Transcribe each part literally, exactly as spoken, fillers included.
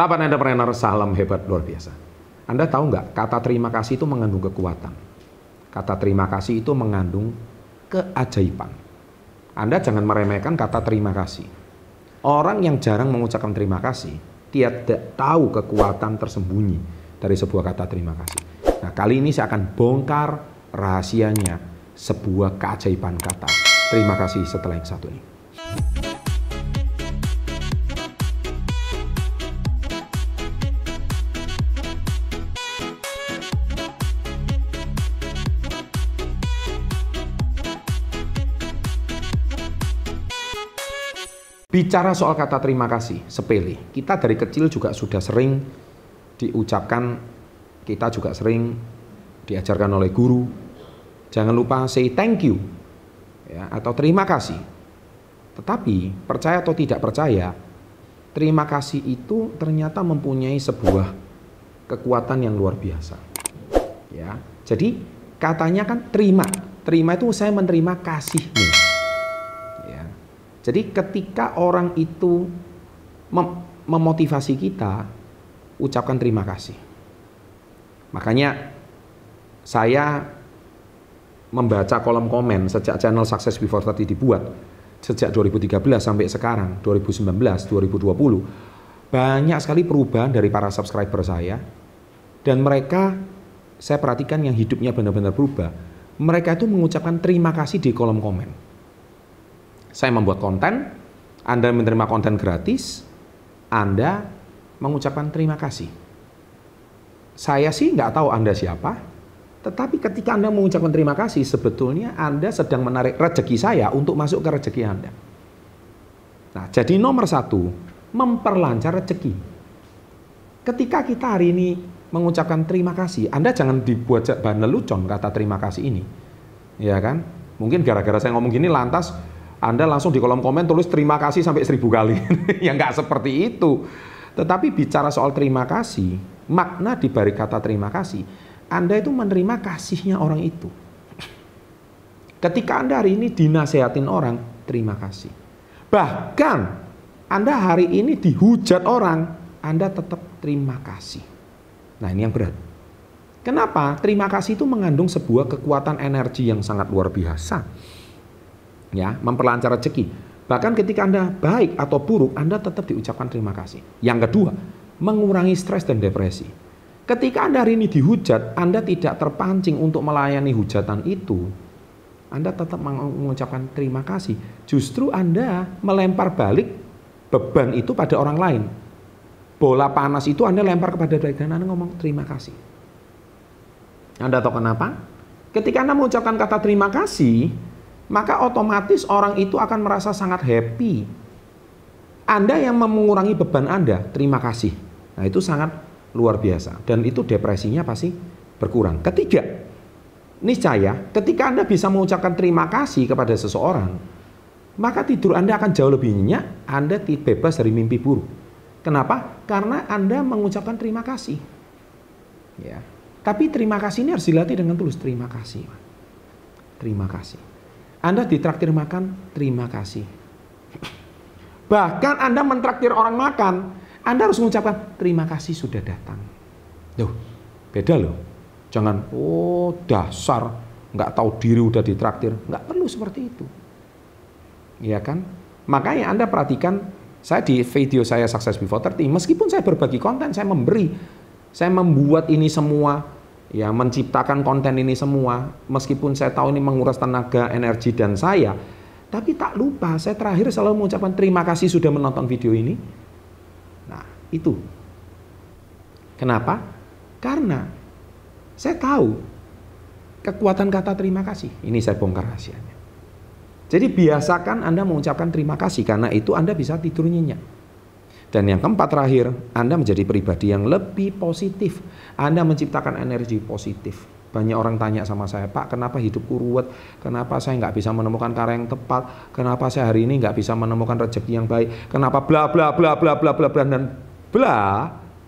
Sahabat entrepreneur, salam hebat luar biasa. Anda tahu nggak, kata terima kasih itu mengandung kekuatan. Kata terima kasih itu mengandung keajaiban. Anda jangan meremehkan kata terima kasih. Orang yang jarang mengucapkan terima kasih, dia tidak tahu kekuatan tersembunyi dari sebuah kata terima kasih. Nah, kali ini saya akan bongkar rahasianya sebuah keajaiban kata terima kasih setelah yang satu ini. Bicara soal kata terima kasih, sepele. Kita dari kecil juga sudah sering diucapkan, kita juga sering diajarkan oleh guru. Jangan lupa say thank you, ya, atau terima kasih. Tetapi, percaya atau tidak percaya, terima kasih itu ternyata mempunyai sebuah kekuatan yang luar biasa. Ya, jadi katanya kan terima. Terima itu saya menerima kasihmu. Jadi ketika orang itu mem memotivasi kita, ucapkan terima kasih. Makanya saya membaca kolom komen sejak channel Success Before tiga puluh dibuat, sejak dua ribu tiga belas sampai sekarang, dua ribu sembilan belas, dua ribu dua puluh, banyak sekali perubahan dari para subscriber saya. Dan mereka, saya perhatikan yang hidupnya benar-benar berubah, mereka itu mengucapkan terima kasih di kolom komen. Saya membuat konten, Anda menerima konten gratis, Anda mengucapkan terima kasih. Saya sih nggak tahu Anda siapa, tetapi ketika Anda mengucapkan terima kasih, sebetulnya Anda sedang menarik rezeki saya untuk masuk ke rezeki Anda. Nah, jadi nomor satu, memperlancar rezeki. Ketika kita hari ini mengucapkan terima kasih, Anda jangan dibuat bahan lelucon kata terima kasih ini. Ya kan? Mungkin gara-gara saya ngomong gini lantas Anda langsung di kolom komen tulis terima kasih sampai seribu kali. Ya nggak seperti itu. Tetapi bicara soal terima kasih, makna di balik kata terima kasih, Anda itu menerima kasihnya orang itu. Ketika Anda hari ini dinasehatin orang, terima kasih. Bahkan Anda hari ini dihujat orang, Anda tetap terima kasih. Nah, ini yang berat. Kenapa? Terima kasih itu mengandung sebuah kekuatan energi yang sangat luar biasa. Ya, memperlancar rezeki. Bahkan ketika Anda baik atau buruk, Anda tetap diucapkan terima kasih. Yang kedua, mengurangi stres dan depresi. Ketika Anda hari ini dihujat, Anda tidak terpancing untuk melayani hujatan itu. Anda tetap mengucapkan terima kasih. Justru Anda melempar balik beban itu pada orang lain. Bola panas itu Anda lempar kepada balik dan Anda ngomong terima kasih. Anda tahu kenapa? Ketika Anda mengucapkan kata terima kasih, maka otomatis orang itu akan merasa sangat happy. Anda yang mengurangi beban Anda, terima kasih. Nah, itu sangat luar biasa. Dan itu depresinya pasti berkurang. Ketiga, niscaya ketika Anda bisa mengucapkan terima kasih kepada seseorang, maka tidur Anda akan jauh lebih nyenyak, Anda bebas dari mimpi buruk. Kenapa? Karena Anda mengucapkan terima kasih. Ya. Tapi terima kasih ini harus dilatih dengan tulus. Terima kasih. Terima kasih. Anda ditraktir makan, terima kasih. Bahkan Anda mentraktir orang makan, Anda harus mengucapkan terima kasih sudah datang. Loh, beda loh. Jangan, oh dasar, nggak tahu diri udah ditraktir. Nggak perlu seperti itu. Iya kan? Makanya Anda perhatikan, saya di video saya Success Before tiga puluh, meskipun saya berbagi konten, saya memberi, saya membuat ini semua, ya, menciptakan konten ini semua, meskipun saya tahu ini menguras tenaga, energi dan saya, tapi tak lupa saya terakhir selalu mengucapkan terima kasih sudah menonton video ini. Nah, itu. Kenapa? Karena saya tahu kekuatan kata terima kasih. Ini saya bongkar rahasianya. Jadi biasakan Anda mengucapkan terima kasih, karena itu Anda bisa tidur nyenyak. Dan yang keempat terakhir, Anda menjadi pribadi yang lebih positif. Anda menciptakan energi positif. Banyak orang tanya sama saya, Pak, kenapa hidupku ruwet? Kenapa saya nggak bisa menemukan karya yang tepat? Kenapa saya hari ini nggak bisa menemukan rezeki yang baik? Kenapa bla bla bla bla bla bla bla dan bla?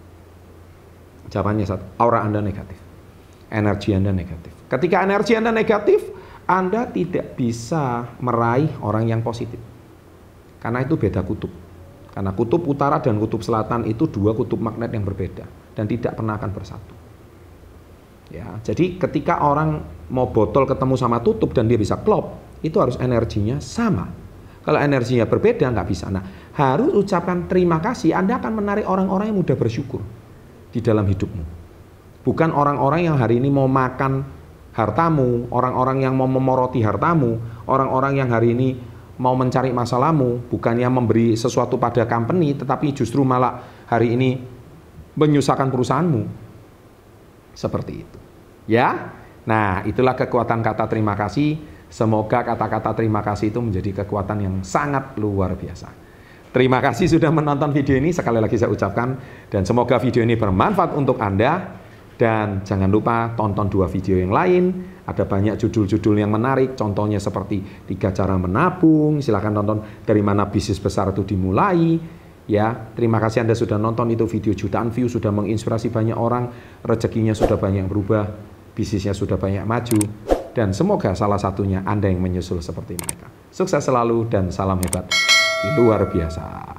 Jawabannya satu, aura Anda negatif. Energi Anda negatif. Ketika energi Anda negatif, Anda tidak bisa meraih orang yang positif. Karena itu beda kutub. Karena kutub utara dan kutub selatan itu dua kutub magnet yang berbeda dan tidak pernah akan bersatu. Ya, jadi ketika orang mau botol ketemu sama tutup dan dia bisa klop, itu harus energinya sama. Kalau energinya berbeda nggak bisa. Nah, harus ucapkan terima kasih. Anda akan menarik orang-orang yang mudah bersyukur di dalam hidupmu. Bukan orang-orang yang hari ini mau makan hartamu, orang-orang yang mau memoroti hartamu, orang-orang yang hari ini mau mencari masalahmu, bukannya memberi sesuatu pada company, tetapi justru malah hari ini menyusahkan perusahaanmu. Seperti itu. Ya, nah itulah kekuatan kata terima kasih. Semoga kata-kata terima kasih itu menjadi kekuatan yang sangat luar biasa. Terima kasih sudah menonton video ini, sekali lagi saya ucapkan. Dan semoga video ini bermanfaat untuk Anda. Dan jangan lupa tonton dua video yang lain. Ada banyak judul-judul yang menarik. Contohnya seperti tiga cara menabung. Silahkan tonton dari mana bisnis besar itu dimulai. Ya, terima kasih Anda sudah nonton itu video jutaan view, sudah menginspirasi banyak orang. Rezekinya sudah banyak berubah, bisnisnya sudah banyak maju. Dan semoga salah satunya Anda yang menyusul seperti mereka. Sukses selalu dan salam hebat luar biasa.